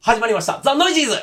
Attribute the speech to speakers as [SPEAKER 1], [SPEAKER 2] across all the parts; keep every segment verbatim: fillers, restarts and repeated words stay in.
[SPEAKER 1] 始まりましたザ・ノイジーズ。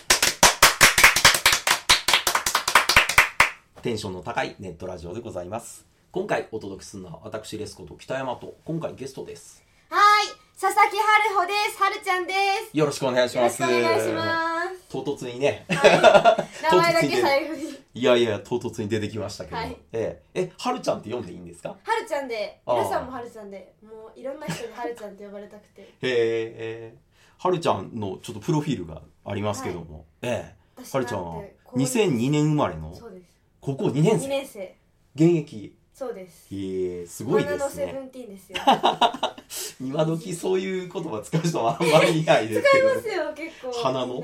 [SPEAKER 1] テンションの高いネットラジオでございます。今回お届けするのは私レスコと北山と、今回ゲストです。
[SPEAKER 2] はい、佐々木春穂です。はるちゃんです。
[SPEAKER 1] よろしくお願いします。
[SPEAKER 2] よろしくお願いします。
[SPEAKER 1] 唐突にね、
[SPEAKER 2] はい、名前だけ最後に
[SPEAKER 1] いやいや唐突に出てきましたけど、はい、ええはるちゃんって呼んでいいんですか？
[SPEAKER 2] はるちゃんで、皆さんもはるちゃんで、もういろんな人にはるちゃんって呼ばれたくて。へ
[SPEAKER 1] えはるちゃんのちょっとプロフィールがありますけども、はい、ええはるちゃんはにせんにねん生まれの高校にねん生。
[SPEAKER 2] にねん生。
[SPEAKER 1] 現役。
[SPEAKER 2] そうです。
[SPEAKER 1] ええすごいですね。
[SPEAKER 2] 花のセブンティーンですよ。
[SPEAKER 1] 今時そういう言葉使う人はあんまりいないですけど、
[SPEAKER 2] 使いますよ結構。
[SPEAKER 1] 花の、はい、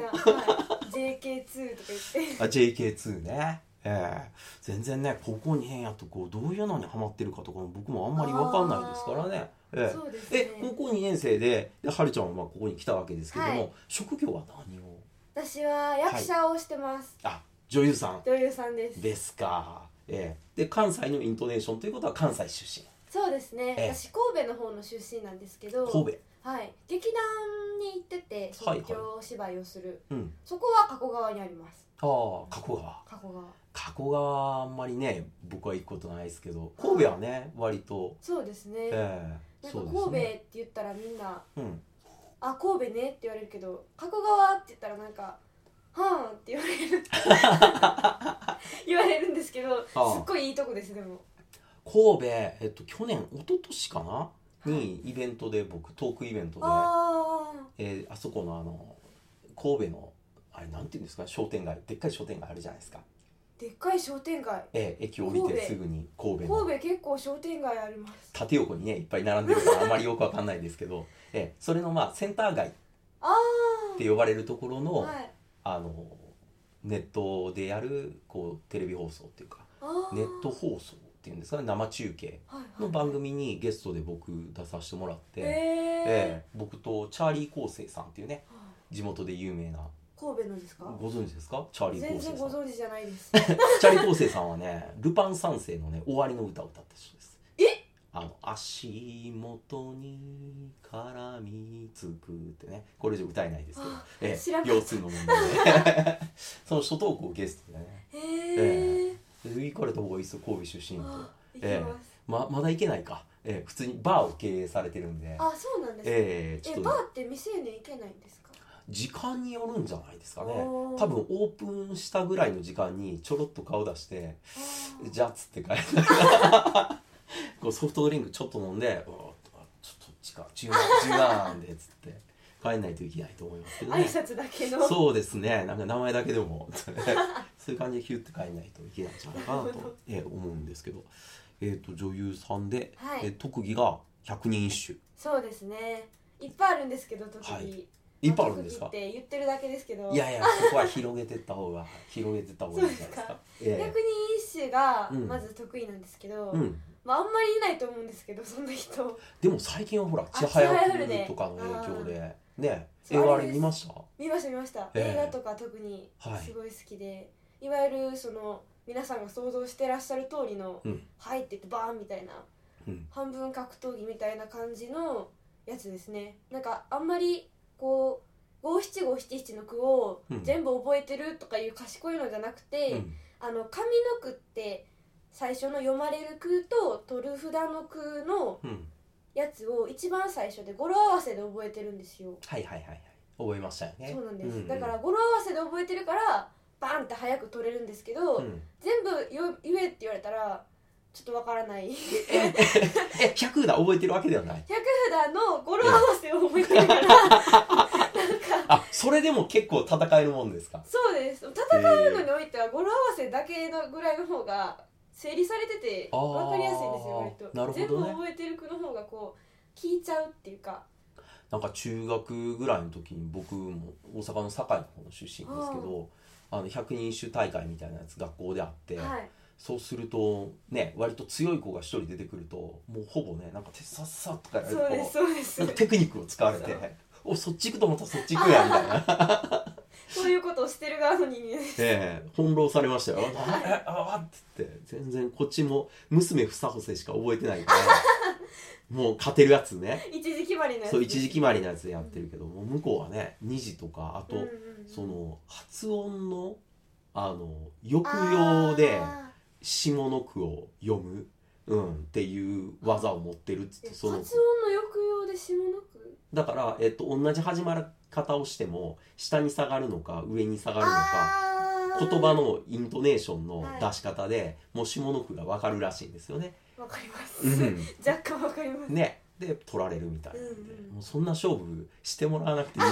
[SPEAKER 2] ジェーケーツー とか言って。
[SPEAKER 1] あ ジェーケーツー ね。ええ全然ね高校にねんやとこうどういうのにハマってるかとか僕もあんまり分かんないですからね。ええ
[SPEAKER 2] そうですね。
[SPEAKER 1] え高校にねん生で、ではるちゃんはまあここに来たわけですけども、はい、職業は何を？
[SPEAKER 2] 私は役者をしてます。
[SPEAKER 1] はい、あ女優さん。
[SPEAKER 2] 女優さんです。
[SPEAKER 1] ですか。ええで関西のイントネーションということは関西出身。
[SPEAKER 2] そうですね、ええ、私神戸の方の出身なんですけど、
[SPEAKER 1] 神戸、
[SPEAKER 2] はい、劇団に行ってて即興芝居をする、
[SPEAKER 1] はいはい、うん、
[SPEAKER 2] そこは加古川にあります。
[SPEAKER 1] ああ加古川
[SPEAKER 2] 加古川
[SPEAKER 1] 加古川あんまりね僕は行くことないですけど、神戸はね割と
[SPEAKER 2] そうですね、
[SPEAKER 1] ええ、
[SPEAKER 2] なんか神戸って言ったらみんな、
[SPEAKER 1] うん、
[SPEAKER 2] あ神戸ねって言われるけど、加古川って言ったらなんかはーんって言われる言われるんですけど、すっごいいいとこです。でも
[SPEAKER 1] 神戸、えっと、去年一昨年かなにイベントで僕トークイベントで あ,、えー、あそこのあの神戸のあれなんていうんですか、商店街、でっかい商店街あるじゃないですか。
[SPEAKER 2] でっかい商店街、
[SPEAKER 1] えー、駅降りてすぐに神戸の
[SPEAKER 2] 神戸結構商店街あります。
[SPEAKER 1] 縦横にねいっぱい並んでるからあまりよくわかんないですけど、えー、それのまあセンター街って呼ばれるところの、はい、あのネットでやるこうテレビ放送っていうかネット放送っていうんですかね、生中継の番組にゲストで僕出させてもらって、はいはい、えー、僕とチャーリー昴生さんっていうね、地元で有名な
[SPEAKER 2] 神戸のですか？
[SPEAKER 1] ご存知ですか？チャーリー昴生さん。
[SPEAKER 2] 全然ご存知じゃないです
[SPEAKER 1] チャーリー昴生さんはねルパン三世のね終わりの歌を歌った人です。
[SPEAKER 2] え
[SPEAKER 1] あの足元に絡みつくってね、これ以上歌えないですけど、えー、腰痛の問題でその初トークをゲストでね、
[SPEAKER 2] へー、
[SPEAKER 1] えー、行かれた方がいいですよ神戸出身と。
[SPEAKER 2] えー、
[SPEAKER 1] ま, まだ行けないか、えー、普通にバーを経営されてるんで。
[SPEAKER 2] あ、そうなんですね、
[SPEAKER 1] えー、ちょっと
[SPEAKER 2] えバーって未成年行けないんですか？
[SPEAKER 1] 時間によるんじゃないですかね。多分オープンしたぐらいの時間にちょろっと顔出してじゃあっつって帰るこうソフトドリンクちょっと飲んで、ちょっと違う違う違うんでっつって帰んないといけないと思いますけどね。
[SPEAKER 2] 挨拶だけの。
[SPEAKER 1] そうですね、なんか名前だけでもそういう感じでヒュッて帰んないといけないんじゃないかなとえ思うんですけど、えー、と女優さんで、はい、え特技が百人一首。
[SPEAKER 2] そうですね、いっぱいあるんですけど特技、はい、
[SPEAKER 1] いっぱいあるんですか？
[SPEAKER 2] って言ってるだけですけど、
[SPEAKER 1] いやいやそこは広げてった方が広げてった方がいいんじゃないですか。
[SPEAKER 2] えー、百人一首がまず得意なんですけど、うん、まあ、あんまりいないと思うんですけどそんな人。
[SPEAKER 1] でも最近はほらちはやふるとかの影響でね、映画あれ見ました？
[SPEAKER 2] 見ました見ました、えー、映画とか特にすごい好きで、はい、いわゆるその皆さんが想像してらっしゃる通りの、うん、はいって言ってバーンみたいな、うん、半分格闘技みたいな感じのやつですね。なんかあんまりこう五七五七七の句を全部覚えてるとかいう賢いのじゃなくて、うん、あの上の句って最初の読まれる句と取る札の句のやつを一番最初で語呂合わせで覚えてるんですよ。
[SPEAKER 1] はいはいはいはい、覚えましたよね。
[SPEAKER 2] そうなんです、うんうん、だ
[SPEAKER 1] だ
[SPEAKER 2] から語呂合わせで覚えてるからバンって早く取れるんですけど、うん、全部言えって言われたらちょっとわからない
[SPEAKER 1] ええ百札覚えてるわけではない。
[SPEAKER 2] 百札の語呂合わせを覚えてるからなんか
[SPEAKER 1] あ、それでも結構戦えるもんですか？
[SPEAKER 2] そうです、戦うのにおいては語呂合わせだけのぐらいの方が整理されてて分かりやすいんですよ割と。
[SPEAKER 1] なるほど、ね、
[SPEAKER 2] 全部覚えてる句の方がこう聞いちゃうっていうか。
[SPEAKER 1] なんか中学ぐらいの時に僕も大阪の堺の方の出身ですけど、あの百人一首大会みたいなやつ学校であって、はい、そうするとね割と強い子が一人出てくるともうほぼねなんか手さっさとかやると
[SPEAKER 2] そうですそうです
[SPEAKER 1] なんかテクニックを使われておそっち行くと思ったらそっち行くやみたいな
[SPEAKER 2] そういうことをしてる側の人間です。
[SPEAKER 1] ええ翻弄されましたよ。あああっつって全然こっちも娘房穂しか覚えてないからもう勝てるやつね
[SPEAKER 2] 一時決まりのやつ、
[SPEAKER 1] そう一時決まりのやつでやってるけど、うん、もう向こうはねにじとかあと、うんうんうん、その発音のあの抑揚で下の句を読む、うん、っていう技を持ってるっつって
[SPEAKER 2] その発音の抑揚で下の句
[SPEAKER 1] だから、えっと、同じ始まり方をしても下に下がるのか上に下がるのか言葉のイントネーションの出し方で、はい、もう下の句が分かるらしいんですよね。
[SPEAKER 2] 分かります、うん、若干分かります
[SPEAKER 1] ね。で取られるみたいな、うんうん、もうそんな勝負してもらわなくていい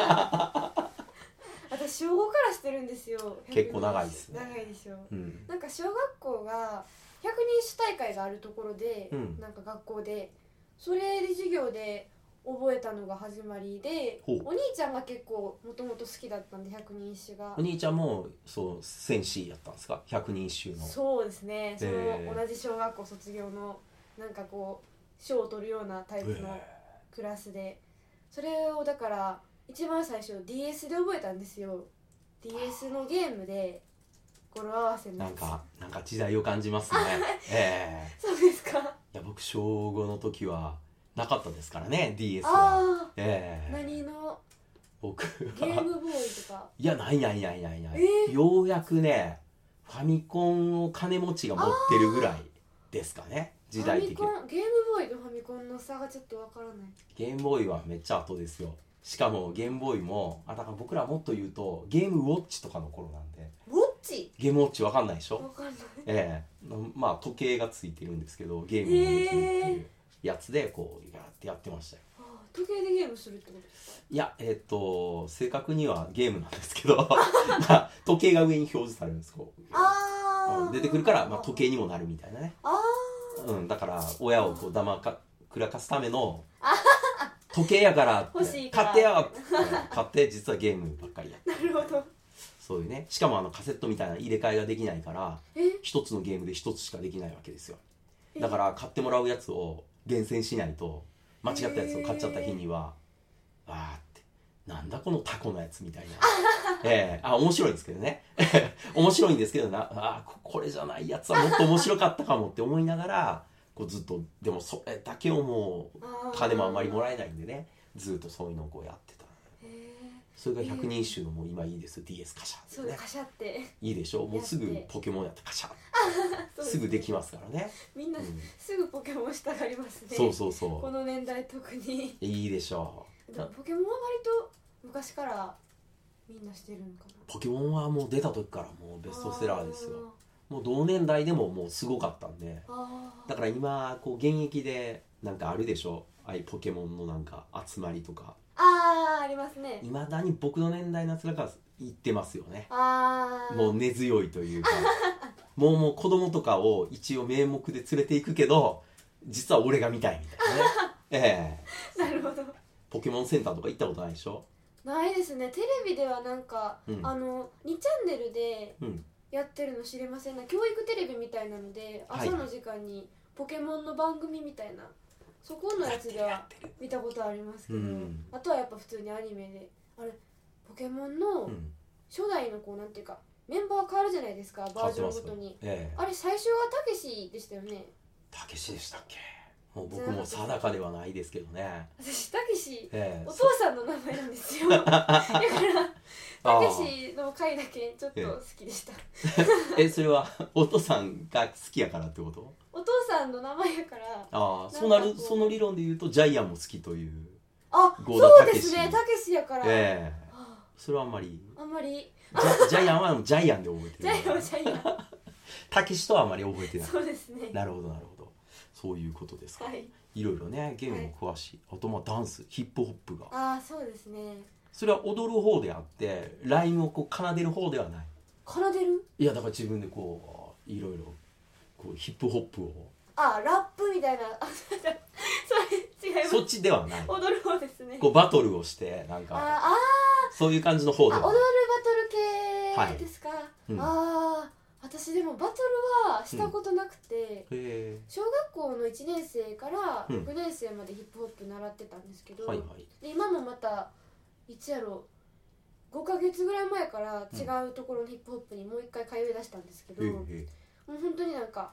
[SPEAKER 2] 私小ごからしてるんですよ。
[SPEAKER 1] 結構長いですね。
[SPEAKER 2] 長いでしょ、
[SPEAKER 1] うん、
[SPEAKER 2] なんか小学校がひゃくにん種大会があるところで、うん、なんか学校でそれで授業で覚えたのが始まりで、お兄ちゃんが結構もともと好きだったんでひゃくにん種が。
[SPEAKER 1] お兄ちゃんもそう戦士やったんですか？ひゃくにん種の。
[SPEAKER 2] そうですね、その同じ小学校卒業のなんかこう賞を取るようなタイプのクラスで、それをだから一番最初 ディーエス で覚えたんですよ。 ディーエス のゲームで語呂合わせの
[SPEAKER 1] なんかなんか時代を感じますねえ
[SPEAKER 2] ー、そうですか。い
[SPEAKER 1] や僕小ごの時はなかったですからね ディーエス は。え
[SPEAKER 2] ー、何の
[SPEAKER 1] 僕
[SPEAKER 2] ゲームボーイとか
[SPEAKER 1] いやないないないないない、えー、ようやくねファミコンを金持ちが持ってるぐらいですかね時代的に。
[SPEAKER 2] ゲームボーイとファミコンの差がちょっとわからない。
[SPEAKER 1] ゲームボーイはめっちゃ後ですよ。しかもゲームボーイもあだから僕らもっと言うとゲームウォッチとかの頃なんで。
[SPEAKER 2] ウォッチ？
[SPEAKER 1] ゲームウォッチわかんないでしょ？
[SPEAKER 2] わかんない。
[SPEAKER 1] ええー、まあ時計がついてるんですけどゲームができるっていうやつでこうやってやってましたよ。
[SPEAKER 2] 時計でゲームするってことですか？
[SPEAKER 1] いやえっ、ー、と正確にはゲームなんですけどまあ時計が上に表示されるんですこうあ出てくるから、まあ、時計にもなるみたいなね。
[SPEAKER 2] あ、
[SPEAKER 1] うん、だから親をこうだまかくらかすための時計やからって買ってよって買って実はゲームばっかりやって
[SPEAKER 2] なるほど。
[SPEAKER 1] そういうね。しかもあのカセットみたいな入れ替えができないから一つのゲームで一つしかできないわけですよ。だから買ってもらうやつを厳選しないと間違ったやつを買っちゃった日にはわーってなんだこのタコのやつみたいなえー、あ面白いんですけどね面白いんですけどなあこれじゃないやつはもっと面白かったかもって思いながらこうずっとでもそれだけをもう金もあんまりもらえないんでねずっとそういうのをこうやってた。それがひゃくにん種のもう今いいです ディーエス カシャって、ね、
[SPEAKER 2] そうカシャって
[SPEAKER 1] いいでしょ。もうすぐポケモンやってカシャす, すぐできますからね。
[SPEAKER 2] みんな、うん、すぐポケモンしたがりますね。
[SPEAKER 1] そうそうそう
[SPEAKER 2] この年代特に
[SPEAKER 1] いいでしょう。
[SPEAKER 2] ポケモンは割と昔からみんなしてるのかな。
[SPEAKER 1] ポケモンはもう出た時からもうベストセラーですよ。もう同年代でももうすごかったんで、だから今こう現役でなんかあるでしょああいうポケモンのなんか集まりとか。
[SPEAKER 2] あーありますね。
[SPEAKER 1] いまだに僕の年代のやつらが言ってますよね。
[SPEAKER 2] あ
[SPEAKER 1] もう根強いというかもうもう子供とかを一応名目で連れていくけど実は俺が見たいみたいなねえ
[SPEAKER 2] えー、なるほど。
[SPEAKER 1] ポケモンセンターとか行ったことないでしょ？
[SPEAKER 2] ないですね。テレビではなんか、うん、あのにチャンネルでやってるの知れませんな、教育テレビみたいなので朝の時間にポケモンの番組みたいな、そこのやつでは見たことありますけど、うん、あとはやっぱ普通にアニメであれポケモンの初代のこうなんていうかメンバー変わるじゃないですかバージョンごとに、ええ、あれ最初はたけしでしたよね。
[SPEAKER 1] たけしでしたっけ？もう僕も定かではないですけどね。
[SPEAKER 2] 私たけし、ええ、お父さんの名前なんですよだからたけしの回だけちょっと好きでした。
[SPEAKER 1] ええそれはお父さんが好きやからってこと？
[SPEAKER 2] お父さんの名前やから。
[SPEAKER 1] ああそうなる。その理論で言うとジャイアンも好きという。
[SPEAKER 2] あそうですねたけしやから、
[SPEAKER 1] ええそれはあんまり
[SPEAKER 2] あんまり
[SPEAKER 1] ジャ, ジャイアンはジャイアンで覚えてる。
[SPEAKER 2] ジャイアンはジャイアン
[SPEAKER 1] たけしとはあんまり覚えてない。
[SPEAKER 2] そうですね。
[SPEAKER 1] なるほどなるほどそういうことですか、
[SPEAKER 2] はい、
[SPEAKER 1] いろいろねゲームも詳しい、はい、あとまあダンスヒップホップが
[SPEAKER 2] ああそうですね。
[SPEAKER 1] それは踊る方であってラインをこう奏でる方ではない。
[SPEAKER 2] 奏でる？
[SPEAKER 1] いやだから自分でこういろいろこうヒップホップを
[SPEAKER 2] あラップみたいなそれ違います。
[SPEAKER 1] そっちではない。
[SPEAKER 2] 踊る方ですね。
[SPEAKER 1] こうバトルをしてなんか
[SPEAKER 2] ああ
[SPEAKER 1] そういう感じの方では
[SPEAKER 2] 踊るバトル系ですか、はいうん、ああ私でもバトルはしたことなくて、うん、小学校のいちねん生からろくねん生までヒップホップ習ってたんですけど、うんはいはい、で今もまたいつやろごかげつぐらい前から違うところのヒップホップにもう一回通い出したんですけど、うん、もう本当になんか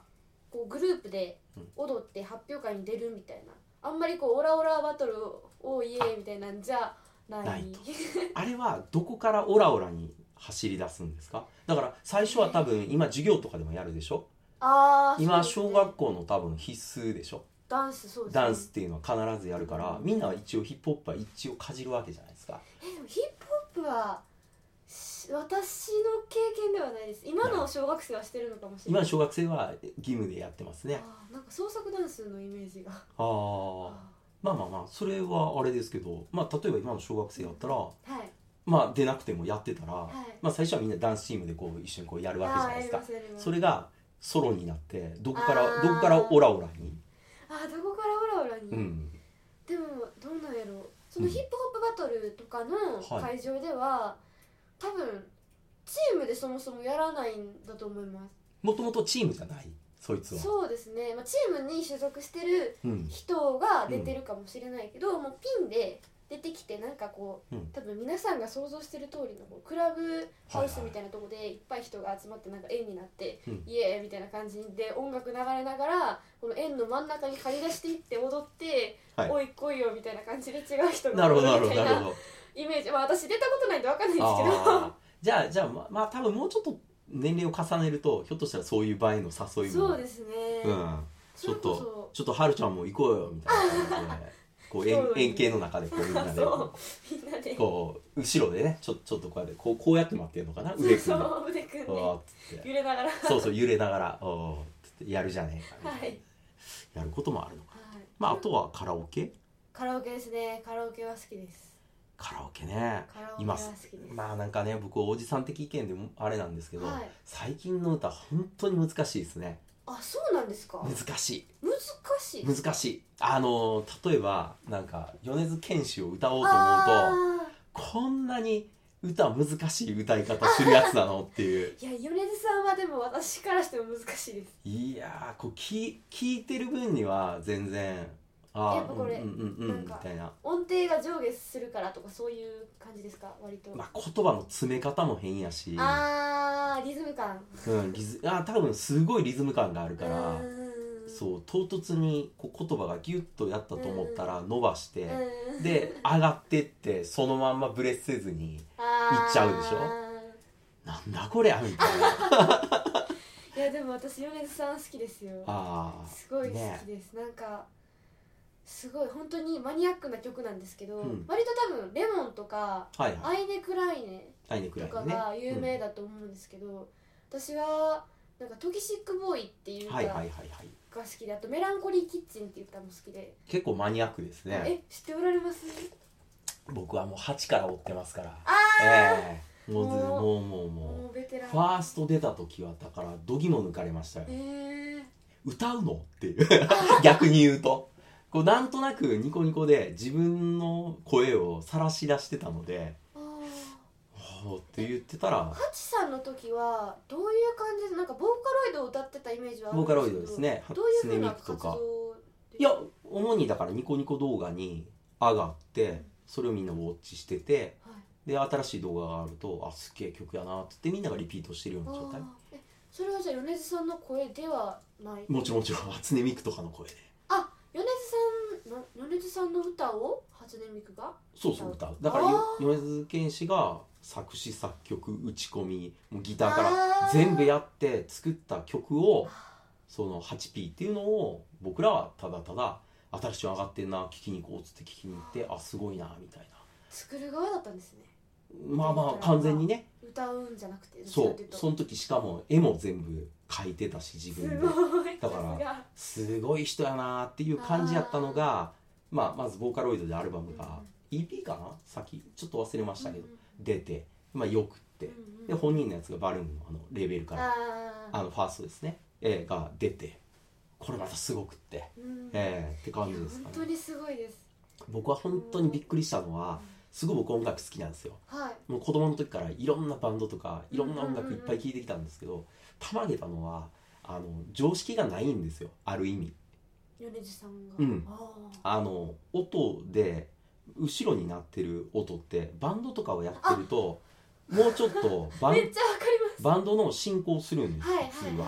[SPEAKER 2] こうグループで踊って発表会に出るみたいな、あんまりこうオラオラバトルをイエーイみたいなんじゃない。
[SPEAKER 1] ないとあれはどこからオラオラに走り出すんですか？だから最初は多分今授業とかでもやるでしょ。
[SPEAKER 2] あー、
[SPEAKER 1] 今小学校の多分必須でしょ。
[SPEAKER 2] ダンス、そうですね。
[SPEAKER 1] ダンスっていうのは必ずやるから、みんなは一応ヒップホップは一応かじるわけじゃないですか。
[SPEAKER 2] えでもヒップホップは私の経験ではないです。今の小学生はしてるのかもしれない。
[SPEAKER 1] 今の小学生は義務でやってますね。
[SPEAKER 2] あ、なんか創作ダンスのイメージが。あ
[SPEAKER 1] あ、まあまあまあそれはあれですけど、まあ例えば今の小学生だったら、はい、まあ出なくてもやってたら、はい、まあ最初はみんなダンスチームでこう一緒にこうやるわけじゃないですか。それがソロになってどこからどこからオラオラに。
[SPEAKER 2] あ、どこからオラオラに。うん、でもどうなんやろう。そのヒップホップバトルとかの会場では、はい、多分チームでそもそもやらないんだと思います。
[SPEAKER 1] もともとチームじゃないそいつは。
[SPEAKER 2] そうですね、まあ、チームに所属してる人が出てるかもしれないけど、うん、もうピンで出てきてなんかこう、うん、多分皆さんが想像してる通りのこうクラブハウスみたいなところでいっぱい人が集まってなんか円になって、はいはい、イエーイみたいな感じで音楽流れながらこの円の真ん中に張り出していって踊って、はい、おい来いよみたいな感じで違う人が踊るみたいなイメージ。まあ、私出たことないんで分かんないんですけど
[SPEAKER 1] じゃあじゃあまあ、まあ、多分もうちょっと年齢を重ねるとひょっとしたらそういう場合の誘いも
[SPEAKER 2] そうですね、
[SPEAKER 1] うん、ちょっとちょっとはるちゃんも行こうよみたいな感じでこう 円, 円形の中でこうみんなで
[SPEAKER 2] みんなで
[SPEAKER 1] こう後ろでねちょ, ちょっとこうやってこうこうやって待ってるのかな、腕組んで
[SPEAKER 2] そう腕組んで揺れながら
[SPEAKER 1] そうそう揺れながらおってやるじゃねえかみたいな、はい、やることもあるのかな、はい、まああとはカラオケ
[SPEAKER 2] カラオケですね。カラオケは好きです。
[SPEAKER 1] カラオケね、今まあなんかね僕おじさん的意見でもあれなんですけど、はい、最近の歌本当に難しいですね。
[SPEAKER 2] あ、そうなんですか。
[SPEAKER 1] 難しい
[SPEAKER 2] 難しい
[SPEAKER 1] 難しい。あの例えばなんか米津玄師を歌おうと思うとこんなに歌難しい歌い方するやつなのっていう
[SPEAKER 2] いや米津さんはでも私からしても難しいです。
[SPEAKER 1] いやーこう聞いてる分には全然
[SPEAKER 2] あやっぱこれ、うんうんうん、なんかみたいな音程が上下するからとかそういう感じですか割と。
[SPEAKER 1] まあ言葉の詰め方も変やし
[SPEAKER 2] あーリズム感
[SPEAKER 1] うんリズあ多分すごいリズム感があるからそう唐突にこう言葉がギュッとやったと思ったら伸ばしてで上がってってそのまんまブレせずにいっちゃうでしょ。なんだこりゃみたいない
[SPEAKER 2] やでも私米津さん好きですよ。あすごい好きです、ね、なんかすごい本当にマニアックな曲なんですけど、うん、割と多分レモンとか、はいはい、アイネ・クライネとかが有名だと思うんですけど、ねうん、私はなんかトキシックボーイっていう歌が好きで、あとメランコリーキッチンっていう歌も好きで。
[SPEAKER 1] 結構マニアックですね。
[SPEAKER 2] え知っておられます？
[SPEAKER 1] 僕はもうはちから追ってますから。
[SPEAKER 2] あ
[SPEAKER 1] えー、もうもうもうもうもうベテラン。ファースト出た時はだから度肝抜かれましたよ、えー、歌うのっていう逆に言うとこうなんとなくニコニコで自分の声を晒し出してたのでって言ってたら
[SPEAKER 2] ハチさんの時はどういう感じでなんかボーカロイドを歌ってたイメージはあるんですけど、
[SPEAKER 1] ボーカロイドですね。
[SPEAKER 2] どういう風な活動
[SPEAKER 1] いや主にだからニコニコ動画に上がってそれをみんなウォッチしてて、はい、で新しい動画があるとあすっげえ曲やなって言ってみんながリピートしてるような状態。
[SPEAKER 2] えそれはじゃあ米津さんの声ではない？
[SPEAKER 1] もちろんもちろん初音ミクとかの声で。
[SPEAKER 2] あ米津さんの米津さんの歌を初音ミクが
[SPEAKER 1] そうそう歌うだから米津玄師が作詞作曲打ち込みもうギターから全部やって作った曲をその はちピー っていうのを僕らはただただ新しいの上がってんな聴きに行こうっつって聴きに行ってあすごいなみたいな。
[SPEAKER 2] 作る側だったんですね。
[SPEAKER 1] まあまあ完全にね
[SPEAKER 2] 歌うんじゃなくて
[SPEAKER 1] そうその時しかも絵も全部描いてたし自分でだからすごい人やなっていう感じやったのがまあまずボーカロイドでアルバムが イーピー かなさっきちょっと忘れましたけど出てまあよくってで本人のやつがバルーンのあのレーベルからあのファーストですねえが出てこれまたすごくってえって感じですかね。
[SPEAKER 2] 本当にすごいです。
[SPEAKER 1] 僕は本当にびっくりしたのはすごい僕音楽好きなんですよ、はい、もう子供の時からいろんなバンドとかいろんな音楽いっぱい聴いてきたんですけど、たまげたのはあの常識がないんですよある意味。
[SPEAKER 2] 米津さんが、
[SPEAKER 1] うん、ああの音で後ろになってる音ってバンドとかをやってるともうちょっとバン
[SPEAKER 2] めっちゃわかります。
[SPEAKER 1] バンドの進行するんです、
[SPEAKER 2] はい
[SPEAKER 1] 普通は、
[SPEAKER 2] はいはいはい、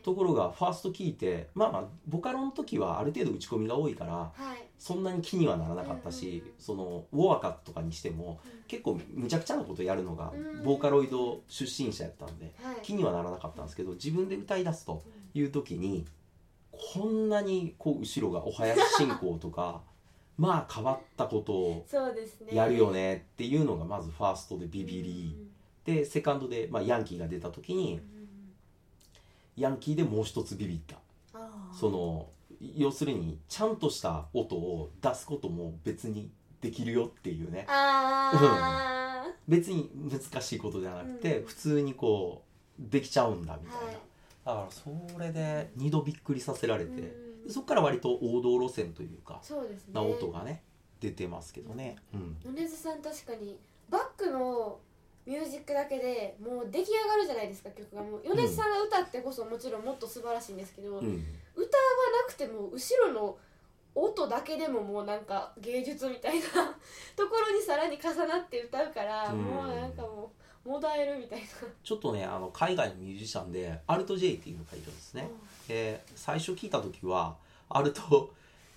[SPEAKER 1] ところがファースト聞いて、まあまあボカロの時はある程度打ち込みが多いから、
[SPEAKER 2] はい、
[SPEAKER 1] そんなに気にはならなかったし、うんうん、そのウォアカとかにしても、うん、結構むちゃくちゃなことやるのがボーカロイド出身者やったんで、うん、気にはならなかったんですけど、自分で歌い出すという時に、こんなにこう後ろがお囃子進行とかまあ変わったことをやるよねっていうのがまずファーストでビビり、うん、でセカンドで、まあ、ヤンキーが出た時に、うん、ヤンキーでもう一つビビった。その要するにちゃんとした音を出すことも別にできるよっていうね。あ別に難しいことじゃなくて、うん、普通にこうできちゃうんだみたいな、はい、だからそれでにどびっくりさせられて、うん、そこから割と王道路線というか、
[SPEAKER 2] そうですね、
[SPEAKER 1] な音がね出てますけどね。
[SPEAKER 2] 米津さん確かにバックのミュージックだけでもう出来上がるじゃないですか、曲が。もう米津さんが歌ってこそもちろんもっと素晴らしいんですけど、うん、歌わなくても後ろの音だけでももうなんか芸術みたいなところにさらに重なって歌うから、うん、もうなんかもうもだえるみたいな。
[SPEAKER 1] ちょっとね、あの海外のミュージシャンでアルト J っていうのがいるんですね、うん、で最初聞いた時はアルト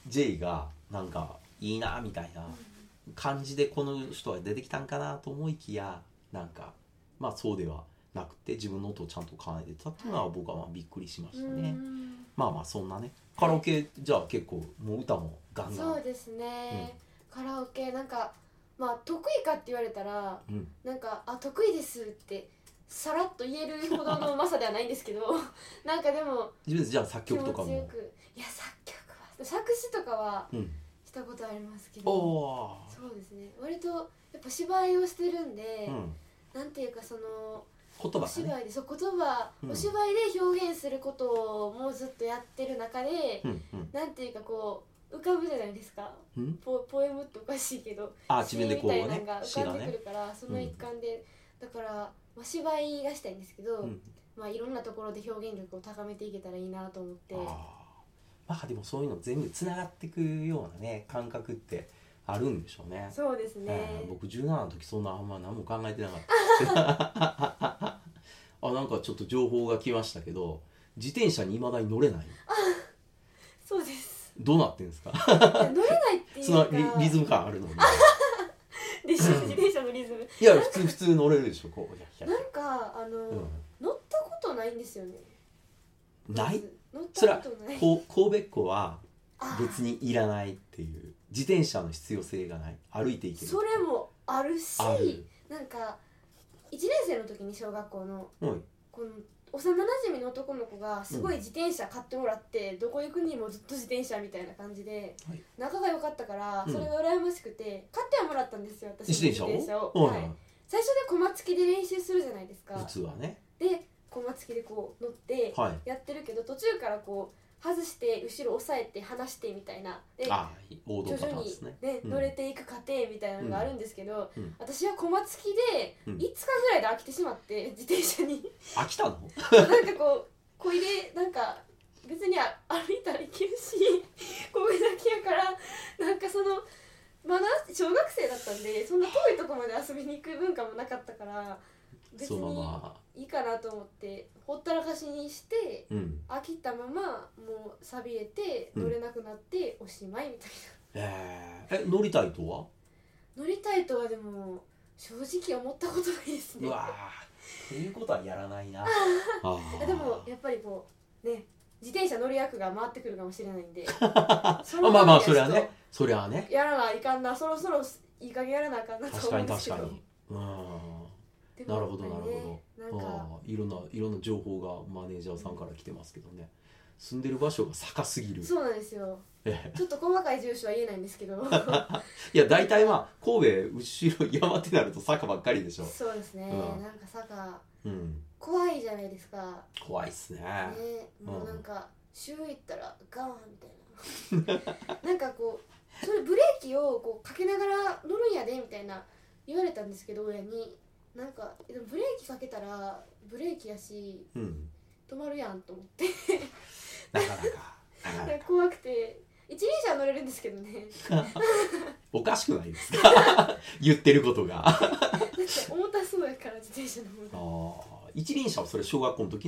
[SPEAKER 1] J がなんかいいなみたいな感じでこの人が出てきたんかなと思いきや、なんかまあそうではなくて自分の音をちゃんと奏でてたっていうのは僕はまあびっくりしましたね。まあまあそんなね、カラオケじゃあ結構もう歌もガンガン。
[SPEAKER 2] そうですね、うん、カラオケなんかまあ得意かって言われたら、うん、なんかあ得意ですってさらっと言えるほどのうまさではないんですけどなんかでも
[SPEAKER 1] 自分でじゃあ作曲とかも。
[SPEAKER 2] 気持ちよく、いや作曲は作詞とかはしたことありますけど、うん、そうですね、割とやっぱ芝居をしてるんで、うん、なんていうかその
[SPEAKER 1] 言葉、ね、お
[SPEAKER 2] 芝居でそう言葉、うん、お芝居で表現することをもうずっとやってる中で、うんうん、なんていうかこう浮かぶじゃないですか、うん、ポ, ポエムっておかしいけど
[SPEAKER 1] あ自分でこう、ね、
[SPEAKER 2] みたいなのが浮かんでくるから、ね、その一環で、うん、だから、まあ、芝居がしたいんですけど、うんまあ、いろんなところで表現力を高めていけたらいいなと思って。
[SPEAKER 1] あまあでもそういうの全部つながっていくようなね感覚ってあるんでしょうね。
[SPEAKER 2] そうですね、
[SPEAKER 1] えー、僕じゅうななの時そんなあんま何も考えてなかったあなんかちょっと情報が来ましたけど、自転車に未だに乗れない。
[SPEAKER 2] あそうです。
[SPEAKER 1] どうなってんですか
[SPEAKER 2] 乗れないっていうか
[SPEAKER 1] その リ, リズム感あるのに
[SPEAKER 2] 自転車のリズム
[SPEAKER 1] いや普通普通乗れるでしょこう。
[SPEAKER 2] なんかあの、うん、乗ったことないんですよね。
[SPEAKER 1] ない
[SPEAKER 2] 乗ったことない。
[SPEAKER 1] こ神戸っ子は別にいらないっていう自転車の必要性がない、歩いていける。
[SPEAKER 2] それもあるしあるなんかいちねん生の時に小学校の、うん、この幼なじみの男の子がすごい自転車買ってもらって、うん、どこ行くにもずっと自転車みたいな感じで、はい、仲が良かったからそれが羨ましくて、うん、買ってはもらったんですよ私
[SPEAKER 1] 自転車を、
[SPEAKER 2] 自転車を、はい、最初でコマ付きで練習するじゃないですか
[SPEAKER 1] 普通はね。
[SPEAKER 2] でコマ付きでこう乗ってやってるけど、はい、途中からこう外して後ろ押さえて離してみたいなで
[SPEAKER 1] あ王道パターンですね、
[SPEAKER 2] 徐々に、ねうん、乗れていく過程みたいなのがあるんですけど、うん、私はコマ付きでいつかぐらいで飽きてしまって、うん、自転車に
[SPEAKER 1] 飽きたの
[SPEAKER 2] なんかこうこいでなんか別に歩いたらいけるしこれだけやからなんかそのまだ小学生だったんでそんな遠いとこまで遊びに行く文化もなかったから別にいいかなと思ってほったらかしにして、うん、飽きたままもう錆びれて乗れなくなっておしまいみたい
[SPEAKER 1] な、うんえー、え乗りたいとは
[SPEAKER 2] 乗りたいとはでも正直思ったことないですね。
[SPEAKER 1] うわということはやらないな
[SPEAKER 2] あでもやっぱりこうね自転車乗る役が回ってくるかもしれないんで
[SPEAKER 1] そまあまあそれはねそれはね
[SPEAKER 2] やらないかんなそろそろいい加減やらなあかんなと思うんですけど。
[SPEAKER 1] 確かに確かにうんなるほどなるほど、なんかあいろんないろんな情報がマネージャーさんから来てますけどね、住んでる場所が坂すぎる。
[SPEAKER 2] そうなんですよちょっと細かい住所は言えないんですけど
[SPEAKER 1] いや大体まあ神戸後ろ山ってなると坂ばっかりでしょ。
[SPEAKER 2] そうですね、うん、なんか坂、うん、怖いじゃないですか。
[SPEAKER 1] 怖いっすね。ね
[SPEAKER 2] もうなんか周囲行ったらガーンみたいななんかこうそれブレーキをこうかけながら乗るんやでみたいな言われたんですけど親になんかでもブレーキかけたらブレーキやし、うん、止まるやんと思って
[SPEAKER 1] なかなか
[SPEAKER 2] 怖くて一輪車は乗れるんですけどね
[SPEAKER 1] おかしくないですか言ってることがだって
[SPEAKER 2] 重たそうやから自転車の方が。
[SPEAKER 1] あ一輪車はそれ小学校の時の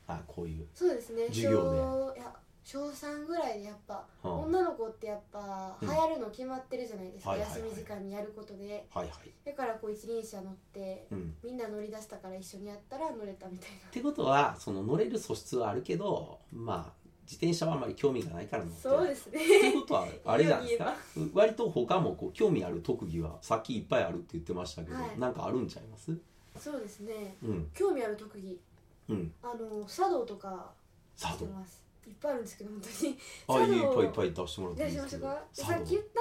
[SPEAKER 1] あこういう
[SPEAKER 2] そうですね
[SPEAKER 1] 授業
[SPEAKER 2] で。いや小さんぐらいでやっぱ、うん、女の子ってやっぱ流行るの決まってるじゃないですか、うん、休み時間にやることで、はいはい、だからこう一輪車乗って、うん、みんな乗り出したから一緒にやったら乗れたみたいな。
[SPEAKER 1] ってことはその乗れる素質はあるけどまあ自転車はあんまり興味がないから乗ってない。
[SPEAKER 2] そうですね。
[SPEAKER 1] っていうことはあれじゃないですか割と他もこう興味ある特技はさっきいっぱいあるって言ってましたけど、はい、なんかあるんちゃいます？
[SPEAKER 2] そうですね、うん、興味ある特技、うん、あの茶道とかしてます。いっぱいあるんですけど本当に
[SPEAKER 1] あいいいっぱいいっぱい出してもらっていい
[SPEAKER 2] ですか。出しましょうか。さっき言った、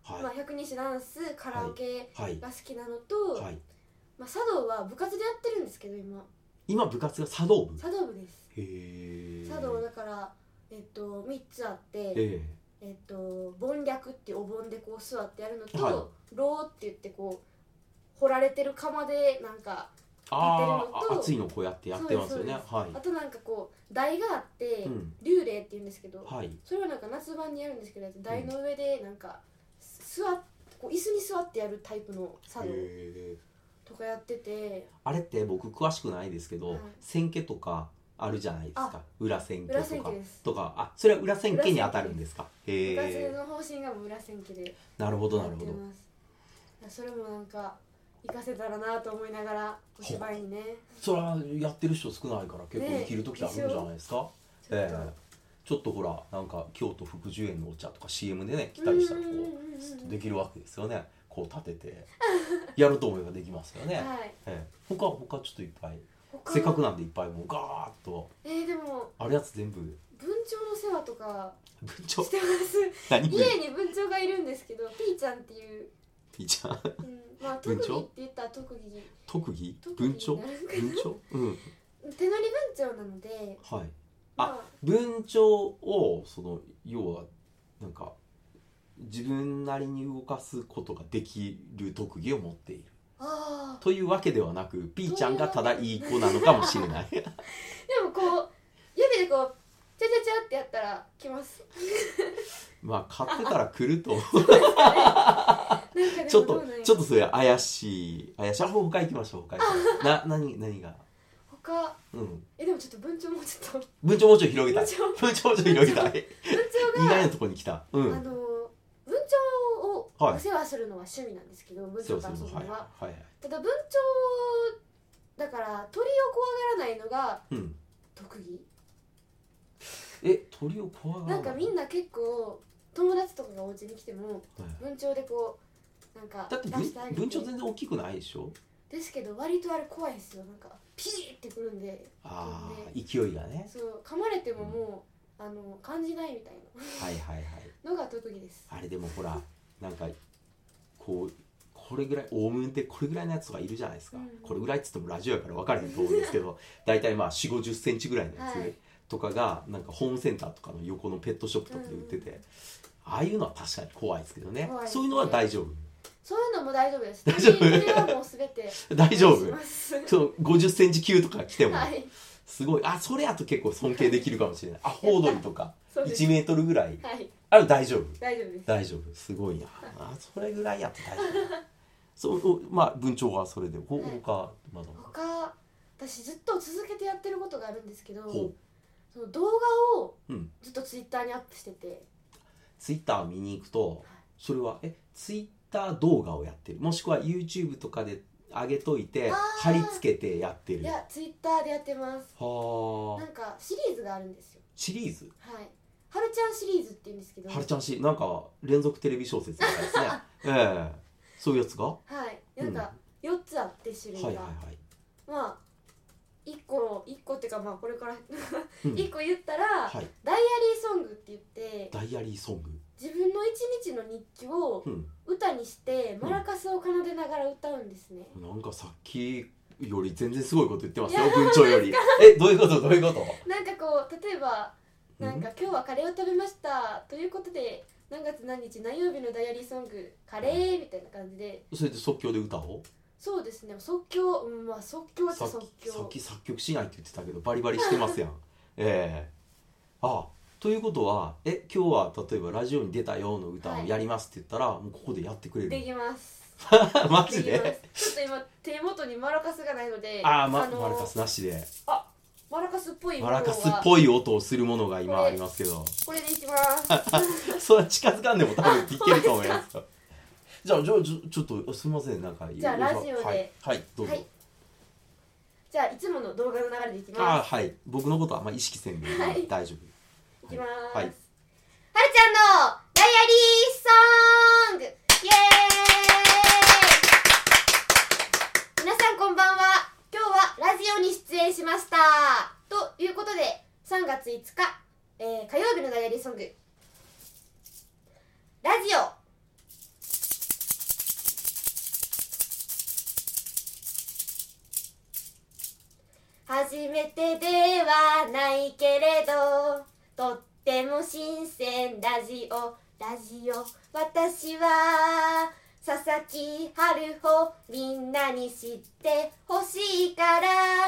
[SPEAKER 2] はいまあ、百人一首ダンスカラオケが好きなのと、はいはいまあ、茶道は部活でやってるんですけど今
[SPEAKER 1] 今部活が茶道部
[SPEAKER 2] 茶道部です。
[SPEAKER 1] へ
[SPEAKER 2] 茶道だからえっとみっつあって、えー、えっと盆略っていうお盆でこう座ってやるのと、はい、ろうって言ってこう掘られてる釜でなんか
[SPEAKER 1] ああ熱いのこうやってやってますよね。はい、
[SPEAKER 2] あとなんかこう台があって、うん、流礼って言うんですけど、はい、それはなんか夏場にやるんですけど台の上でなんか座っこう椅子に座ってやるタイプの茶道とかやってて、
[SPEAKER 1] あれって僕詳しくないですけど、はい、千家とかあるじゃないですか。裏千家とかとかあそれは裏千家に当たるんですか。
[SPEAKER 2] へえ。部活の方針がもう裏千家で。
[SPEAKER 1] なるほどなるほど。
[SPEAKER 2] それもなんか活かせたらなと思いながらお芝居にね。
[SPEAKER 1] それはやってる人少ないから結構生きる時あるんじゃないですか。ね、えー、ちょっとほらなんか京都福寿園のお茶とか シーエム でね来たりしたらこうできるわけですよね。こう立ててやると思えばできますよね。はい、えー、他他ちょっといっぱい。せっかくなんでいっぱいもうガーッと
[SPEAKER 2] えー、でも
[SPEAKER 1] あるやつ全部
[SPEAKER 2] 文鳥の世話とか
[SPEAKER 1] 文鳥
[SPEAKER 2] してます家に文鳥がいるんですけどピーちゃんっていう
[SPEAKER 1] ピーちゃん、
[SPEAKER 2] うんまあ、特技って言ったら特技
[SPEAKER 1] 特技文鳥文鳥、うん、
[SPEAKER 2] 手乗り文鳥なので
[SPEAKER 1] はい、まあ、あ文鳥をその要はなんか自分なりに動かすことができる特技を持っているというわけではなくピーちゃんがただいい子なのかもしれないで
[SPEAKER 2] もこう指でこうチャチャチャってやったら来ます
[SPEAKER 1] まあ買ってたら来ると思うちょっとちょっとそれ怪しい怪しいあ他行きましょう他行きましょうな何何が
[SPEAKER 2] 他、うん、えでもちょっと文鳥もちょっと
[SPEAKER 1] 文鳥もうちょい広げたい文鳥もうちょい広げたい文鳥
[SPEAKER 2] が
[SPEAKER 1] 意外なところに来た、うん、
[SPEAKER 2] あの文鳥をお世話するのは趣味なんですけど、はい、文鳥と遊ぶのは、はいはい、ただ文鳥だから鳥を怖がらないのが特技、
[SPEAKER 1] うん、え鳥を怖がらない
[SPEAKER 2] なんかみんな結構友達とかがお家に来ても、はい、文鳥でこうなんか
[SPEAKER 1] だって文鳥全然大きくないでしょ
[SPEAKER 2] ですけど割とあれ怖いですよなんかピーってくるんで
[SPEAKER 1] ああ勢いがね
[SPEAKER 2] そう噛まれてももう、うん、あの感じないみたいな
[SPEAKER 1] はいはいはい
[SPEAKER 2] のが特技です。
[SPEAKER 1] あれでもほらなんかこうこれぐらい大物ってこれぐらいのやつがいるじゃないですか、うん、これぐらいっつってもラジオやから分からへんと思うんですけどだいたいまあ よんじゅうごじゅっセンチぐらいのやつとかがなんかホームセンターとかの横のペットショップとかで売ってて、うん、ああいうのは確かに怖いですけど ね, ねそういうのは大丈夫
[SPEAKER 2] そういうのも大丈夫です大丈夫それはもう全て
[SPEAKER 1] 大丈夫そうごじゅっセンチ級とか来ても、はい、すごいあそれやと結構尊敬できるかもしれないアホウドリとかいちメートルぐらい、はい、あれ大丈夫
[SPEAKER 2] 大丈夫です
[SPEAKER 1] 大丈夫すごいなあそれぐらいやと大丈夫そうまあ文鳥はそれでほ、はい、他まだ
[SPEAKER 2] 他私ずっと続けてやってることがあるんですけどその動画をずっとツイッターにアップしてて、うん、
[SPEAKER 1] ツイッター見に行くと、はい、それはえツイッター動画をやってるもしくは YouTube とかで上げといて貼り付けてやってる
[SPEAKER 2] いやツイッターでやってますはなんかシリーズがあるんですよ
[SPEAKER 1] シリーズ
[SPEAKER 2] はいはるちゃんシリーズって言うんですけど
[SPEAKER 1] はるちゃんシなんか連続テレビ小説みたいですねええー、そういうやつが
[SPEAKER 2] はいなんかよっつあって種類が、うん、はいはいはいまあいっこいっこっていうかまあこれからいっこ言ったら、はい、ダイアリーソングって言って
[SPEAKER 1] ダイアリーソング
[SPEAKER 2] 自分の一日の日記を歌にしてマラカスを奏でながら歌うんですね、
[SPEAKER 1] うん、なんかさっきより全然すごいこと言ってますよ文鳥よりえどういうことどういうこと
[SPEAKER 2] なんかこう例えばなんか今日はカレーを食べましたということで何月何日何曜日のダイアリーソングカレーみたいな感じで
[SPEAKER 1] それで即興で歌おう
[SPEAKER 2] そうですね即興うんまあ即興は即興
[SPEAKER 1] さっき作曲しないって言ってたけどバリバリしてますやんええー、ああということはえ今日は例えばラジオに出たような歌をやりますって言ったら、はい、もうここでやってくれる
[SPEAKER 2] できます
[SPEAKER 1] マジで
[SPEAKER 2] ちょっと今手元にマラカスがないので
[SPEAKER 1] ああ、ま、マラカスなしで
[SPEAKER 2] あマラカスっぽい
[SPEAKER 1] マラカスっぽい音をするものが今ありますけど、
[SPEAKER 2] これでいきます
[SPEAKER 1] それは近づかんでも多分いけると思います。じゃあ、じゃあちょ、ちょっとすみません、なんか
[SPEAKER 2] じゃあラジオで、はい、
[SPEAKER 1] はい、どうぞ、はい、
[SPEAKER 2] じゃあいつもの動画の流れでいきます。
[SPEAKER 1] あ、はい、僕のことはあんまり意識せんで、はい、大丈夫。
[SPEAKER 2] いきます。
[SPEAKER 1] はい、
[SPEAKER 2] はるちゃんのダイアリーソング、イエーイ。皆さんこんばんは。今日はラジオに出演しましたということで、さんがついつか、えー、火曜日のダイアリーソング、ラジオ。初めてではないけれど、とっても新鮮ラジオ、ラジオ。私は佐々木春穂、みんなに知ってほしいから、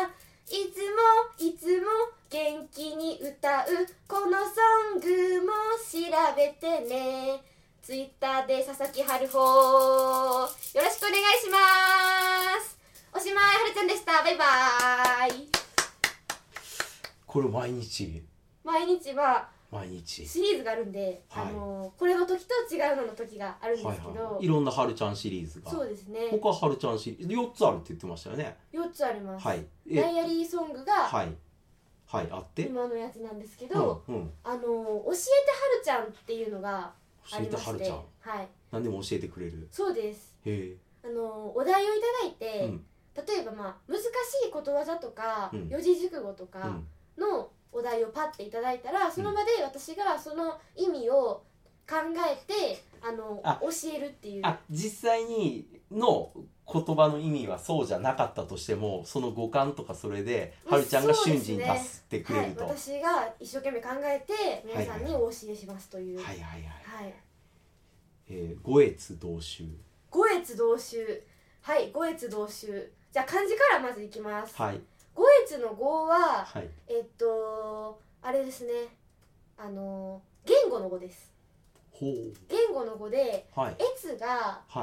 [SPEAKER 2] いつもいつも元気に歌うこのソングも調べてね。ツイッターで佐々木春穂、よろしくお願いします。おしまい。はるちゃんでした。バイバーイ。
[SPEAKER 1] これ毎日
[SPEAKER 2] 毎日は
[SPEAKER 1] 毎日
[SPEAKER 2] シリーズがあるんで、はい、あのこれの時と違うのの時があるんですけど、
[SPEAKER 1] はいはい、いろんなはるちゃんシリーズが。
[SPEAKER 2] そうですね。
[SPEAKER 1] 他はるちゃんシリーズよっつあるって言ってましたよね。
[SPEAKER 2] よっつあります。
[SPEAKER 1] はい、
[SPEAKER 2] ダイアリーソングが
[SPEAKER 1] はいはいあって、
[SPEAKER 2] 今のやつなんですけど、うんうん、あの教えてはるちゃんっていうのがありまして、教えてはるちゃん、はい、何でも教えてくれる。そうです。へえ。あのお題をいただいて、うん、例えばまあ難しいことわざとか、うん、四字熟語とかのお題をパッていただいたら、その場で私がその意味を考えて、あのあ教えるっていう。
[SPEAKER 1] あ、実際にの言葉の意味はそうじゃなかったとしても、その語感とかそれではるちゃんが瞬時に出してくれると、
[SPEAKER 2] はい、私が一生懸命考えて皆さんにお教えしますという。
[SPEAKER 1] はいはいはい、はい、えー、五越同州。
[SPEAKER 2] 五越同州、はい、五越同州。じゃあ漢字からまずいきます。はい。五越の五は、はい、えっとあれですね、あの言語の語です。ほう。言語の語で、はい、越が、はい、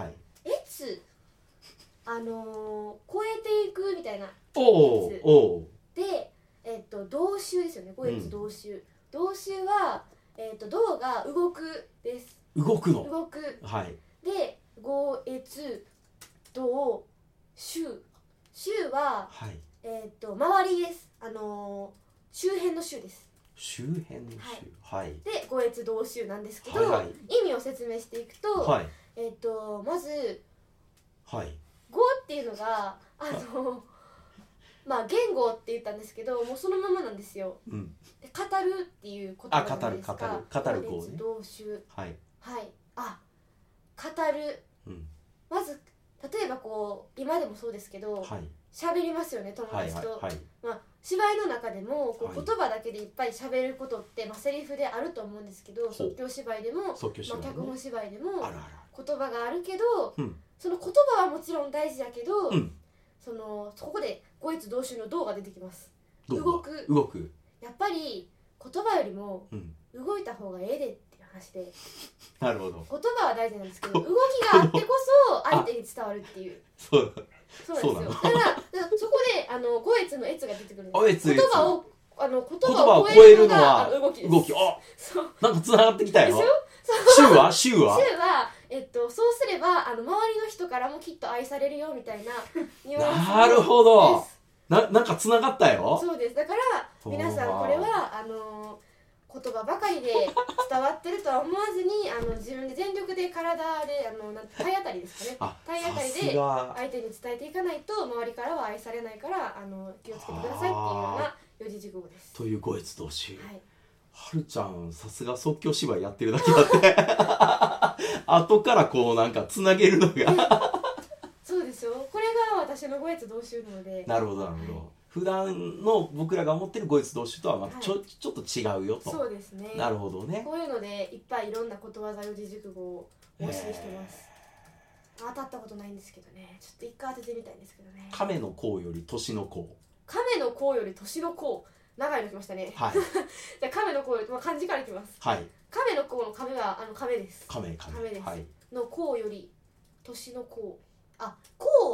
[SPEAKER 2] 越、あのー、超えていくみたいな。おーおーで、えっと同州ですよね。五越同州、うん、同州は、えっと動が動くです。
[SPEAKER 1] 動くの。
[SPEAKER 2] 動く。
[SPEAKER 1] はい。
[SPEAKER 2] で、五越同州、州は、はい、えっと周りです。あのー、周辺の州です。
[SPEAKER 1] 周辺の州、はい、はい、
[SPEAKER 2] で五越同州なんですけど、はいはい、意味を説明していくと、はい、えっとまず、はい、語っていうのがあのまあ言語って言ったんですけど、もうそのままなんですよ、うん、で語るっていうことなんですが、
[SPEAKER 1] あ、語る語る語る語ね、
[SPEAKER 2] 同州、はいはい、あ、語る、うん、まず例えばこう今でもそうですけど、はい、喋りますよね、友達と、はいはいはい、まあ、芝居の中でもこう言葉だけでいっぱい喋ることって、まあ、セリフであると思うんですけど、即興芝居でも、まあ、脚本芝居でもあらあら言葉があるけど、うん、その言葉はもちろん大事だけど、うん、そのそこで五越同州の動が出てきます。動く
[SPEAKER 1] 動く
[SPEAKER 2] やっぱり言葉よりも動いた方がええでっていう話で、
[SPEAKER 1] なるほど、
[SPEAKER 2] 言葉は大事なんですけど、動きがあってこそ相手に伝わるっていう。
[SPEAKER 1] そう
[SPEAKER 2] そうなんですよ。だからそこであの五越の越が出てくるんです。言葉をあの言葉を超えるのは動きです。
[SPEAKER 1] 動き、あ、そうなんか繋がってきたよ。州は州は
[SPEAKER 2] 州はえっとそうすればあの周りの人からもきっと愛されるよみたいな
[SPEAKER 1] ニュアンス。なるほど。ななんか繋がったよ。
[SPEAKER 2] そうです。だから皆さんこれはあの言葉ばかりで伝わってるとは思わずに、あの自分で全力で体であのなん体当たりですかね、体当たりで相手に伝えていかないと周りからは愛されないから、あの気をつけてくださいっていうような四字熟語です。
[SPEAKER 1] という五越同州、はい、はるちゃんさすが即興芝居やってるだけだって後からこうなんかつなげるのが
[SPEAKER 2] そうですよ。これが私の五越同州なので。
[SPEAKER 1] なるほどなるほど、はい、普段の僕らが思ってる五越同州とはまたちょ、はい、ちょっと違うよと。
[SPEAKER 2] そうですね。
[SPEAKER 1] なるほどね。
[SPEAKER 2] こういうのでいっぱいいろんなことわざ四字熟語をお教えしてます。当たったことないんですけどね、ちょっと一回当ててみたいんですけどね。
[SPEAKER 1] 亀の甲より年の甲。
[SPEAKER 2] 亀の甲より年の甲、長いのきましたね。はい。じゃあ亀の甲より、まあ、漢字からいきます。はい。亀の甲の亀はあの亀です。
[SPEAKER 1] 亀亀
[SPEAKER 2] 亀です。
[SPEAKER 1] はい、
[SPEAKER 2] の甲より年の甲、あ、甲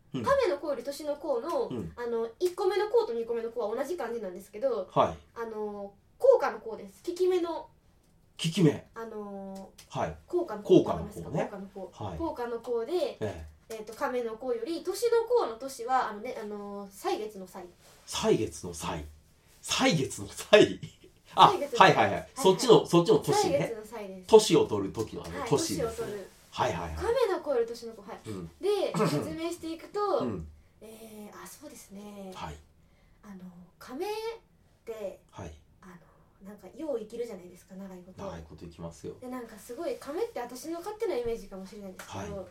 [SPEAKER 2] 亀の甲より年の甲の、うん、あのいっこめの甲とにこめの甲は同じ漢字なんですけど、
[SPEAKER 1] はい、
[SPEAKER 2] あの効果の甲です。効き目の効
[SPEAKER 1] き目、
[SPEAKER 2] あの
[SPEAKER 1] ー、はい、
[SPEAKER 2] 効果の
[SPEAKER 1] 甲、効果の甲ね、
[SPEAKER 2] 効果の甲、
[SPEAKER 1] はい、
[SPEAKER 2] 効果の甲で、えええー、と亀の甲より年の甲の年はあのね、あのー、歳月の歳、
[SPEAKER 1] 歳月の歳、歳月の歳あ、はいはいはい、はい、そっちのそっちの年ね、年を取る時のあの年です、はいはいはい、
[SPEAKER 2] 亀の甲より年の甲、はい、うん、で説明していくと、うん、えー、あ、そうですね、
[SPEAKER 1] はい、
[SPEAKER 2] あの亀って、
[SPEAKER 1] はい、
[SPEAKER 2] あのなんかよう生きるじゃないですか、長いこと
[SPEAKER 1] 長いこと生きますよ。
[SPEAKER 2] でなんかすごい亀って私の勝手なイメージかもしれないんですけど、はい、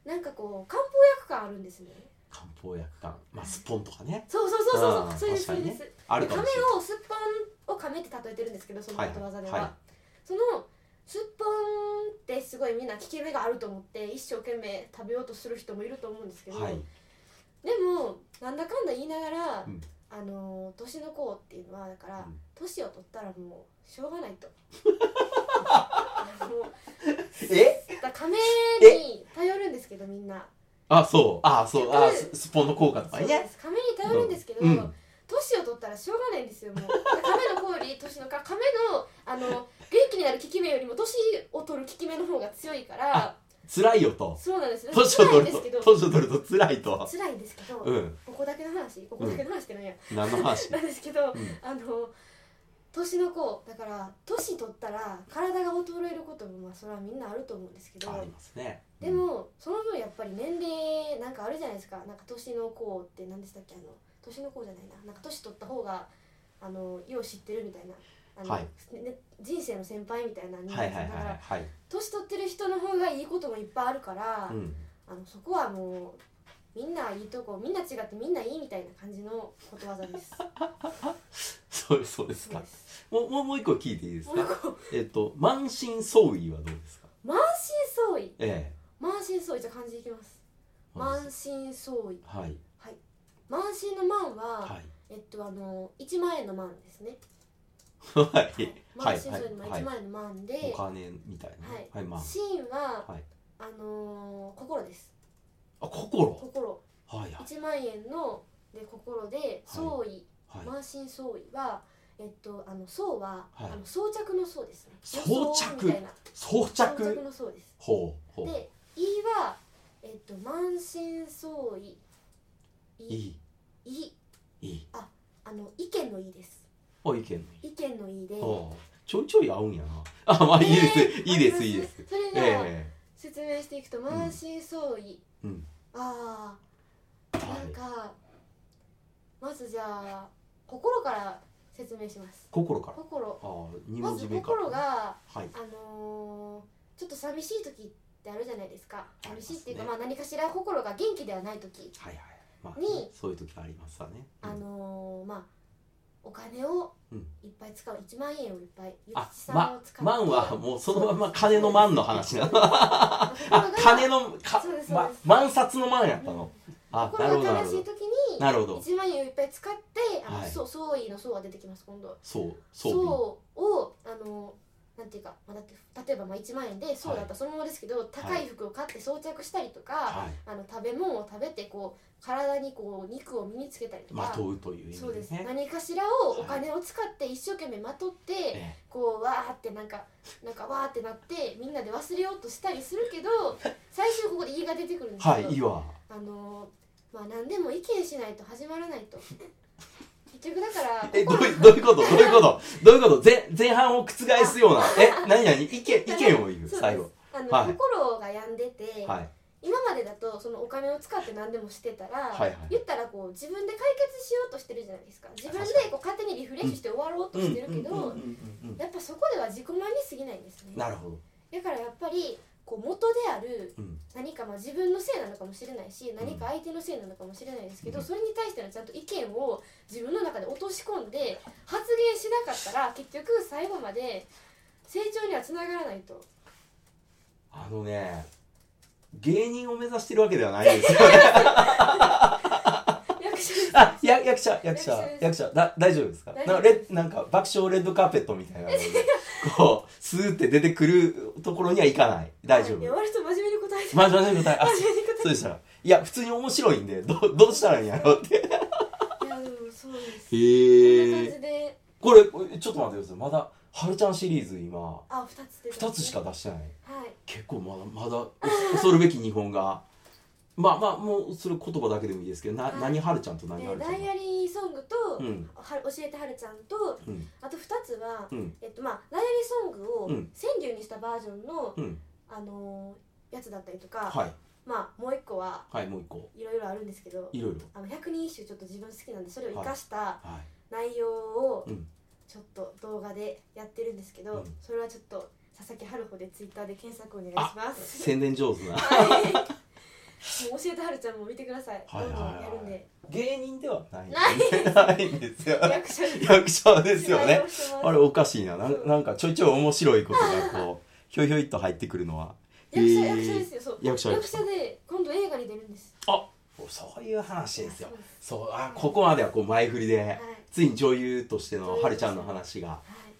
[SPEAKER 2] なんかこう漢方薬感あるんですね。
[SPEAKER 1] 漢方薬感、まあスッポンとかね、
[SPEAKER 2] そうそうそうそうそう、そうですそうです、
[SPEAKER 1] あるかもしれない。
[SPEAKER 2] 亀をスッポンを亀って例えてるんですけど、そのことわざでは、はいはい、そのスッポンってすごいみんな効き目があると思って一生懸命食べようとする人もいると思うんですけど、はい、でもなんだかんだ言いながら、うん、あの年の子っていうのはだから、うん、年を取ったらもうしょうがないとあの
[SPEAKER 1] え
[SPEAKER 2] だ亀に頼るんですけどみんな、
[SPEAKER 1] あ、そう、あ、そう、あ、スポンの効果とかね。
[SPEAKER 2] そうです、亀に頼るんですけど、うん、年を取ったらしょうがないんですよ、もう。亀の子より年のか、亀の、あの、元気になる効き目よりも年を取る効き目の方が強いから、
[SPEAKER 1] 辛いよと。
[SPEAKER 2] そうなんですよ。
[SPEAKER 1] 年を取ると、年を取ると辛いと。
[SPEAKER 2] 辛いんですけど、
[SPEAKER 1] うん、
[SPEAKER 2] ここだけの話、ここだけの話って何や。
[SPEAKER 1] うん、何の話
[SPEAKER 2] なんですけど、うん、あの、年の子だから年取ったら体が衰えることもまあそれはみんなあると思うんですけど、
[SPEAKER 1] ありますね、
[SPEAKER 2] うん、でもその分やっぱり年齢なんかあるじゃないですか。なんか年の子って何でしたっけ、あの年の子じゃないな、なんか年取った方があのよう知ってるみたいな、あの、はいね、人生の先輩みたいな人間だから、はい、年取ってる人の方がいいこともいっぱいあるから、うん、あのそこはもうみんないいとこ、みんな違ってみんないいみたいな感じのことわざです。
[SPEAKER 1] そうそうですか。もうもうもう一個聞いていいですか。えっと満身創痍はどうですか。
[SPEAKER 2] 満身創痍。
[SPEAKER 1] ええ。
[SPEAKER 2] 満身創痍じゃあ漢字いきます。満身創痍。
[SPEAKER 1] はい。
[SPEAKER 2] はい。満身の満は、はい、えっとあの一万円の万ですね。
[SPEAKER 1] はい。
[SPEAKER 2] 満身創痍の一万円の万で、
[SPEAKER 1] お金みたいな。
[SPEAKER 2] はい。
[SPEAKER 1] はい、満。
[SPEAKER 2] 身は、はい、あのー、心です。
[SPEAKER 1] あ、心。
[SPEAKER 2] 心。
[SPEAKER 1] はいはい。
[SPEAKER 2] 一万円ので心で創痍、はい、満身創痍はえっとあの創は、はい、あの装着の装ですね。
[SPEAKER 1] 装着みたいな。装着。
[SPEAKER 2] 装着の装です。
[SPEAKER 1] ほうほう。
[SPEAKER 2] で、いはえっと満身創痍。
[SPEAKER 1] い。い。い。
[SPEAKER 2] あ、あの意見のいです。
[SPEAKER 1] あ、意見のい。
[SPEAKER 2] 意見のいで。
[SPEAKER 1] ちょいちょい合うんやな。あ、まあいいです。いいですいいです。
[SPEAKER 2] それでは説明していくと満身創痍。
[SPEAKER 1] うん。
[SPEAKER 2] ああ、なんかまずじゃあ心から説明します。
[SPEAKER 1] 心から。
[SPEAKER 2] 心。
[SPEAKER 1] ああ、二文字
[SPEAKER 2] 目から。まず心が、
[SPEAKER 1] はい、
[SPEAKER 2] あのー、ちょっと寂しい時ってあるじゃないですか。寂しいっていうか、ね、まあ何かしら心が元気ではない時に、
[SPEAKER 1] はいはい、まあ、ね、そういう時ありますわね。
[SPEAKER 2] うん、あのー、まあお金をいっぱい使う、いちまんえんをいっぱい、
[SPEAKER 1] あ、ま、万はもうそのまま金の万の話なの。あ、金のか、ま、万札の万やったの。うん、あ、なるほどなるほど。
[SPEAKER 2] 心が悲しい時に
[SPEAKER 1] なるほど、
[SPEAKER 2] いちまんえんをいっぱい使って、あの、はい、そう、創意の創が出てきます。今度
[SPEAKER 1] そう
[SPEAKER 2] そうをあのなんていうか、まあ、だって例えばまあいちまんえんでそうだったらそのままですけど、はい、高い服を買って装着したりとか、はい、あの食べ物を食べてこう体にこう肉を身につけたりとか、
[SPEAKER 1] まとうという意味でね。
[SPEAKER 2] そうです。何かしらをお金を使って一生懸命まとって、はい、こうわーってなんかなんかわーってなってみんなで忘れようとしたりするけど最終ここで「い」が出てくるんですけど、
[SPEAKER 1] はい、いいわ。
[SPEAKER 2] あのまあ何でも意見しないと始まらないと。結局だから
[SPEAKER 1] え、どういうどういうことどういうことどういうこと前前半を覆すようなえ何何意見意見を言う最後。
[SPEAKER 2] あの、はい、心が病んでて、はい、今までだとそのお金を使って何でもしてたら、はいはい、言ったらこう自分で解決しようとしてるじゃないですか。自分でこう勝手にリフレッシュして終わろうとしてるけど、やっぱそこでは自己満に過ぎないんですね。
[SPEAKER 1] なるほど。
[SPEAKER 2] だからやっぱりこう元である何かまあ自分のせいなのかもしれないし、何か相手のせいなのかもしれないですけど、それに対してのちゃんと意見を自分の中で落とし込んで発言しなかったら結局最後まで成長にはつながらないと。
[SPEAKER 1] あのね、芸人を目指してるわけではないですよね。あ、や役者役者役者だ大丈夫ですか。なんかレなんか爆笑レッドカーペットみたいなのでこうスーって出てくるところには行かない。大丈夫。
[SPEAKER 2] いや割と真面目に答えて。
[SPEAKER 1] 真面目に答え。あ、そうでしたらいや普通に面白いんで ど, どうしたらいいんやろって
[SPEAKER 2] いやでもそうです。
[SPEAKER 1] へ
[SPEAKER 2] えこんな感じで
[SPEAKER 1] これちょっと待ってください。まだはるちゃんシリーズ今
[SPEAKER 2] あふたつ出てます、
[SPEAKER 1] ふたつしか出してない、
[SPEAKER 2] はい、
[SPEAKER 1] 結構まだまだ恐るべき日本がまあまあもうそれ言葉だけでもいいですけどな、はい、何はるちゃんと何はるちゃん、
[SPEAKER 2] ダイアリーソングと、
[SPEAKER 1] うん、
[SPEAKER 2] は教えてはるちゃんと、うん、あとふたつは、うん、えっとまあダイアリーソングを川柳にしたバージョンの、うん、あのー、やつだったりとか、はい、まあもう一個は、はい、もう一個いろいろあるんですけど、いろいろあのひゃくにん一首ちょっと自分好きなんでそれを生かした内容をちょっと動画でやってるんですけど、うん、それはちょっと佐々木春穂でツイッターで検索お願いします。
[SPEAKER 1] 宣伝上手な。
[SPEAKER 2] はいもう教えてはるちゃんも見てください。どんどんやるんで。
[SPEAKER 1] 芸人ではない
[SPEAKER 2] ない
[SPEAKER 1] んですよ。
[SPEAKER 2] 役者です。
[SPEAKER 1] 役者ですよね。あれおかしいな。な、なんかちょいちょい面白いことがこうひょいひょいっと入ってくるのは。
[SPEAKER 2] 役者役者ですよ。そう。
[SPEAKER 1] 役者
[SPEAKER 2] 役者で今度映画に出るんです。
[SPEAKER 1] あ、そういう話ですよ。そう、あ、ここまではこう前振りで、はい、ついに女優としてのはるちゃんの話が、はい、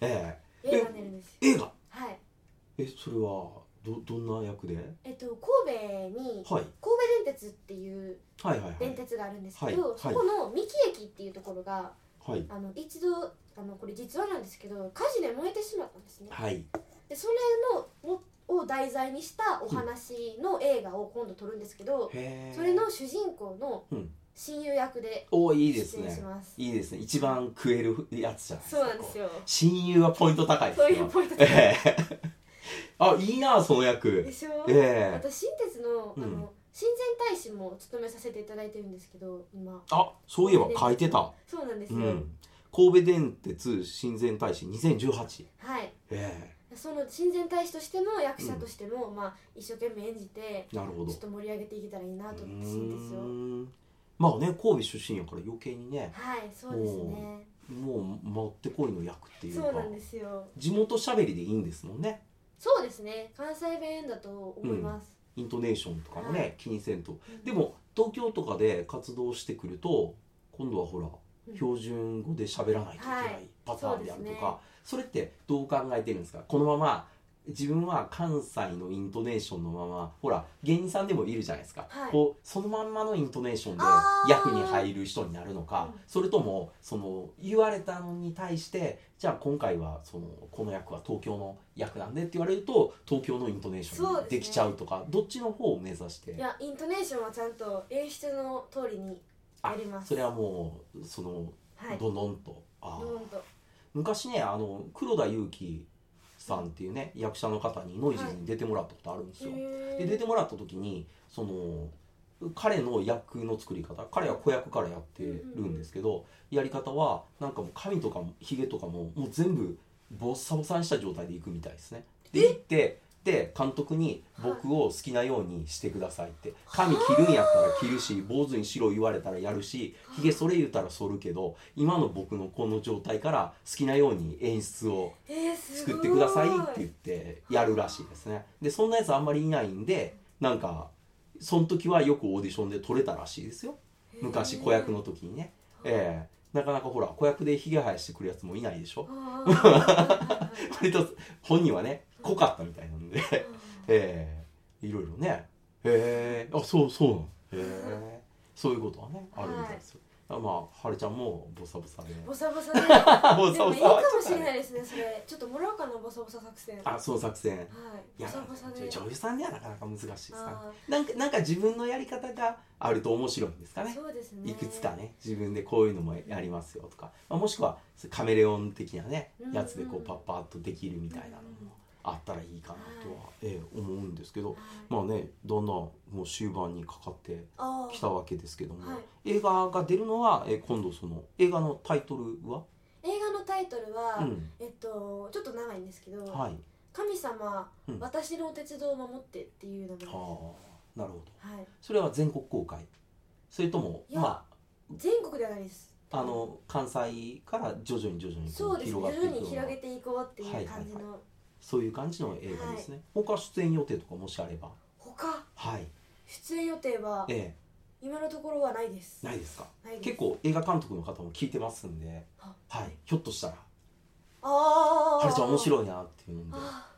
[SPEAKER 1] え
[SPEAKER 2] えー、映画に出るんです。
[SPEAKER 1] 映画。
[SPEAKER 2] はい。
[SPEAKER 1] え、それは。ど, どんな役で
[SPEAKER 2] えっと、神戸に、はい、神戸電鉄っていう電鉄があるんですけど、はいはいはい、そこの三木駅っていうところが、はい、あの一度あのこれ実話なんですけど火事で燃えてしまったんですね、はい、でそれのを題材にしたお話の映画を今度撮るんですけど、うん、それの主人公の親友役で出演します、
[SPEAKER 1] うん、いいですねいいですね一番食えるやつじゃないですか。
[SPEAKER 2] そうなんですよ。
[SPEAKER 1] 親友はポイント高いですよ。
[SPEAKER 2] そういうポイント高い、えー
[SPEAKER 1] あ、いいなその役
[SPEAKER 2] でしょ、
[SPEAKER 1] えー、
[SPEAKER 2] 私新鉄 の, あの、うん、親善大使も務めさせていただいてるんですけど今。
[SPEAKER 1] あ、そういえば書いてた。
[SPEAKER 2] そうなんですよ、うん、
[SPEAKER 1] 神戸電鉄親善大使にせんじゅうはち。
[SPEAKER 2] はい、
[SPEAKER 1] え
[SPEAKER 2] ー、その親善大使としても役者としても、うん、まあ、一生懸命演じてなるほどちょっと盛り上げていけたらいいなと思って新鉄を。
[SPEAKER 1] まあね神戸出身やから余計にね。
[SPEAKER 2] はいそうですね。
[SPEAKER 1] もうもってこいの役っていうか
[SPEAKER 2] そうなんですよ。
[SPEAKER 1] 地元しゃべりでいいんですもんね。
[SPEAKER 2] そうですね関西弁だと思います、
[SPEAKER 1] うん、イントネーションとかもね、はい、気にせんと、うん、でも東京とかで活動してくると今度はほら、うん、標準語で喋らないといけないパターンであるとか、はい そ, ね、それってどう考えてるんですか。このまま自分は関西のイントネーションのままほら芸人さんでもいるじゃないですか、はい、こうそのまんまのイントネーションで役に入る人になるのか、うん、それともその言われたのに対してじゃあ今回はそのこの役は東京の役なんでって言われると東京のイントネーションにできちゃうとか、ね、どっちの方を目指して。
[SPEAKER 2] いやイントネーションはちゃんと演出の通りにやります。
[SPEAKER 1] それはもうその、はい、どんどんとあ
[SPEAKER 2] どんどんと
[SPEAKER 1] 昔ねあの黒田祐樹さんっていうね役者の方にノイジーズに出てもらったことあるんですよ、はい、で出てもらった時にその彼の役の作り方彼は子役からやってるんですけど、うんうん、やり方はなんかもう髪とかもひげとかももう全部ボッサボサにした状態でいくみたいですね。で行ってで監督に僕を好きなようにしてくださいって髪切るんやったら切るし坊主にしろ言われたらやるしひげそれ言うたら剃るけど今の僕のこの状態から好きなように演出を作ってくださいって言ってやるらしいですね。でそんなやつあんまりいないんでなんかその時はよくオーディションで撮れたらしいですよ昔子役の時にね、えー、なかなかほら子役でひげ生やしてくるやつもいないでしょ割と本人はね濃かったみたいなんでえー、いろいろねへえー、あそうそうなんへえー、そういうことはねあるみたいですよ、はい、まあはるちゃんもボサボサで
[SPEAKER 2] ボサボサでボサボサでもいいかもしれないですねそれちょっともらおうかなボサボサ作戦。
[SPEAKER 1] あそう作戦、はい、
[SPEAKER 2] いやボサボサで
[SPEAKER 1] 女優さんではなかなか難しいですかなんかなんか自分のやり方があると面白いんですかね。
[SPEAKER 2] そうですね
[SPEAKER 1] いくつかね自分でこういうのもやりますよとか、まあ、もしくはカメレオン的なねやつでこうパッパッとできるみたいなのもあったらいいかなとは、はいえー、思うんですけど、はい、まあねだんだんもう終盤にかかってきたわけですけども、はい、映画が出るのは、えー、今度その映画のタイトルは
[SPEAKER 2] 映画のタイトルは、うん、えっとちょっと長いんですけど、はい、神様、うん、私の鉄道を守ってっていう名前です。は
[SPEAKER 1] あ、なるほど、
[SPEAKER 2] はい、
[SPEAKER 1] それは全国公開それともまあ
[SPEAKER 2] 全国ではないです。
[SPEAKER 1] あの関西から徐々に徐々に
[SPEAKER 2] こう広がっていくような、そうですね、徐々に広げていこうっていう感じの、はいはいはい、
[SPEAKER 1] そういう感じの映画ですね、はい、他出演予定とかもしあれば。
[SPEAKER 2] 他、
[SPEAKER 1] はい、
[SPEAKER 2] 出演予定は、ええ、今のところはないです。
[SPEAKER 1] ないですか。ないです。結構映画監督の方も聞いてますんで、はい、ひょっとしたらあはるちゃん面白いなっていうので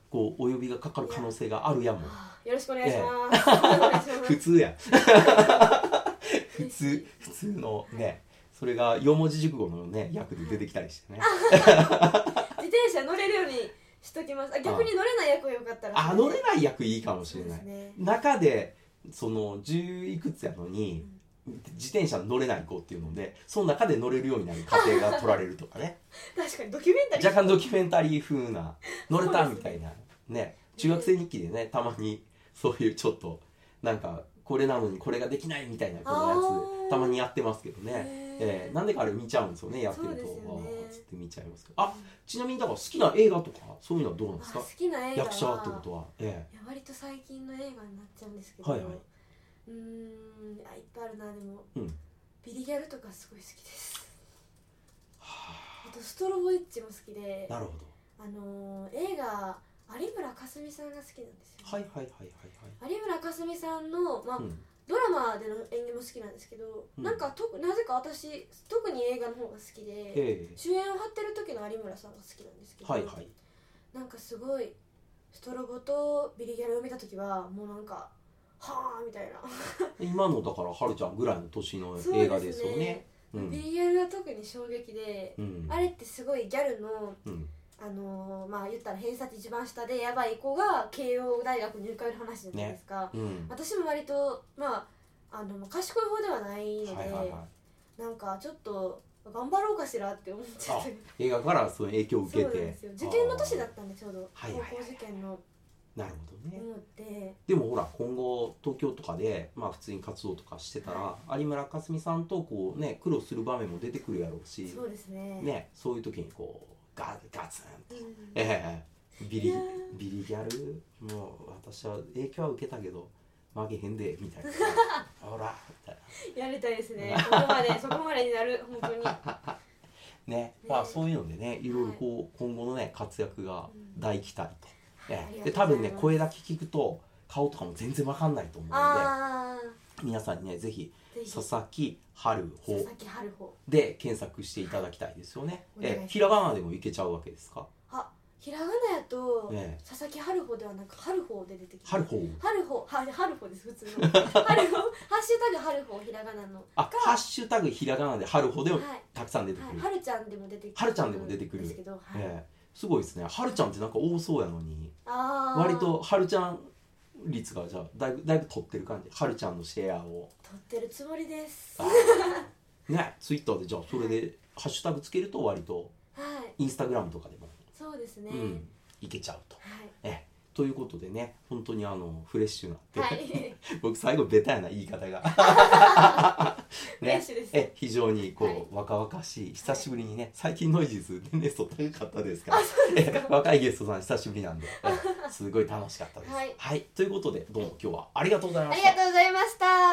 [SPEAKER 1] こうお呼びがかかる可能性があるやもん。
[SPEAKER 2] よろしくお願いします、え
[SPEAKER 1] え、普通や普通普通のね、それがよ文字熟語のね役で出てきたりしてね
[SPEAKER 2] 自転車乗れるようにしときます。あ、逆に乗れない役がよかったら、ね、
[SPEAKER 1] あ、乗れない役いいかもしれない、
[SPEAKER 2] ね、
[SPEAKER 1] 中でそのじゅういくつやのに、うん、自転車乗れない子っていうのでその中で乗れるようになる過程が取られるとかね
[SPEAKER 2] 確かにドキュメンタリー、
[SPEAKER 1] 若干ドキュメンタリー風な乗れたみたいな ね, ね中学生日記でねたまにそういうちょっとなんかこれなのにこれができないみたいなこのやつたまにやってますけどね。えー、なんでかあれ見ちゃうんですよね、やってると、ね、あつって見ちゃいますけど。あ、ちなみにだから好きな映画とかそういうのはどうなんですか？
[SPEAKER 2] 好きな映画は
[SPEAKER 1] 役者ってことは、え
[SPEAKER 2] ー、いや割と最近の映画になっちゃうんですけど、はいはい、うーん、あ、いっぱいあるな。でも、うん、ビリギャルとかすごい好きです。はあ、あとストロボイッチも好きで、
[SPEAKER 1] なるほど。
[SPEAKER 2] あのー、映画有村架純さんが好きなんですよ、ね、
[SPEAKER 1] はいはいはいはいはい。
[SPEAKER 2] 有村架純さんの、まあ、うん、ドラマでの演技も好きなんですけど、うん、なんかとなぜか私特に映画の方が好きで、主演を張ってる時の有村さんが好きなんですけど、はいはい、なんかすごいストロボとビリギャルを見た時はもうなんかはぁみたいな
[SPEAKER 1] 今のだからはるちゃんぐらいの年の映画ですよね。
[SPEAKER 2] うん、ビリギャルが特に衝撃で、うん、あれってすごいギャルの、うん、あのー、まあ言ったら偏差値一番下でやばい子が慶応大学入会の話じゃないですか、ね、うん、私も割とまああの賢い方ではないので、はいはいはい、なんかちょっと頑張ろうかしらって思っちゃって
[SPEAKER 1] 映画からその影響を受けて。
[SPEAKER 2] そうなんですよ、受験の年だったんでちょうど、はいはいはい、高校受験の。
[SPEAKER 1] なるほどね。
[SPEAKER 2] 思って
[SPEAKER 1] でもほら今後東京とかで、まあ、普通に活動とかしてたら、はい、有村架純さんとこう、ね、苦労する場面も出てくるやろうし、
[SPEAKER 2] そうですね、
[SPEAKER 1] ね、そういう時にこうガ, ガツンと、うん、えー、ビリビリギャルもう私は影響は受けたけど負けへんでみたいなほらみたい
[SPEAKER 2] なやりたいですねそこまでそこまでになる本当に
[SPEAKER 1] ね、ね、まあそういうのでねいろいろこう、はい、今後のね活躍が大期待と、うん、ね、で多分ね声だけ聞くと顔とかも全然わかんないと思うので皆さんにねぜひ佐々木春穂で検索していただきたいですよね。えひらがなでもいけちゃうわけですか？
[SPEAKER 2] あ、ひらがなやと、ね、佐々木春穂ではなく春穂で出てきて、
[SPEAKER 1] 春穂
[SPEAKER 2] 春穂は春穂です普通の春穂ハッシュタグ春穂ひらがなの
[SPEAKER 1] あハッシュタグひらがなで春穂でもたくさん出てくる、
[SPEAKER 2] はいはい、春ちゃんでも出てくる
[SPEAKER 1] 春ちゃんでも出てくるですけど、はい、えー、すごいですね。春ちゃんってなんか多そうやのに、
[SPEAKER 2] あ
[SPEAKER 1] 割と春ちゃん率がじゃあだいぶだいぶ取ってる感じ。はるちゃんのシェアを
[SPEAKER 2] 取ってるつもりです
[SPEAKER 1] ね、ツイッターでじゃあそれでハッシュタグつけると割と、
[SPEAKER 2] はい、
[SPEAKER 1] インスタグラムとかでも
[SPEAKER 2] そうですね、
[SPEAKER 1] うん、いけちゃうと、
[SPEAKER 2] はい、
[SPEAKER 1] えということでね本当にあのフレッシュなって、
[SPEAKER 2] はい、
[SPEAKER 1] 僕最後ベタやな言い方がね、え非常にこう、はい、若々しい久しぶりにね、最近ノイジーズ年齢層高かったですから若いゲストさん久しぶりなんですごい楽しかったです、はい、はい、ということでどうも今日はありがとうございました。
[SPEAKER 2] ありがとうございました。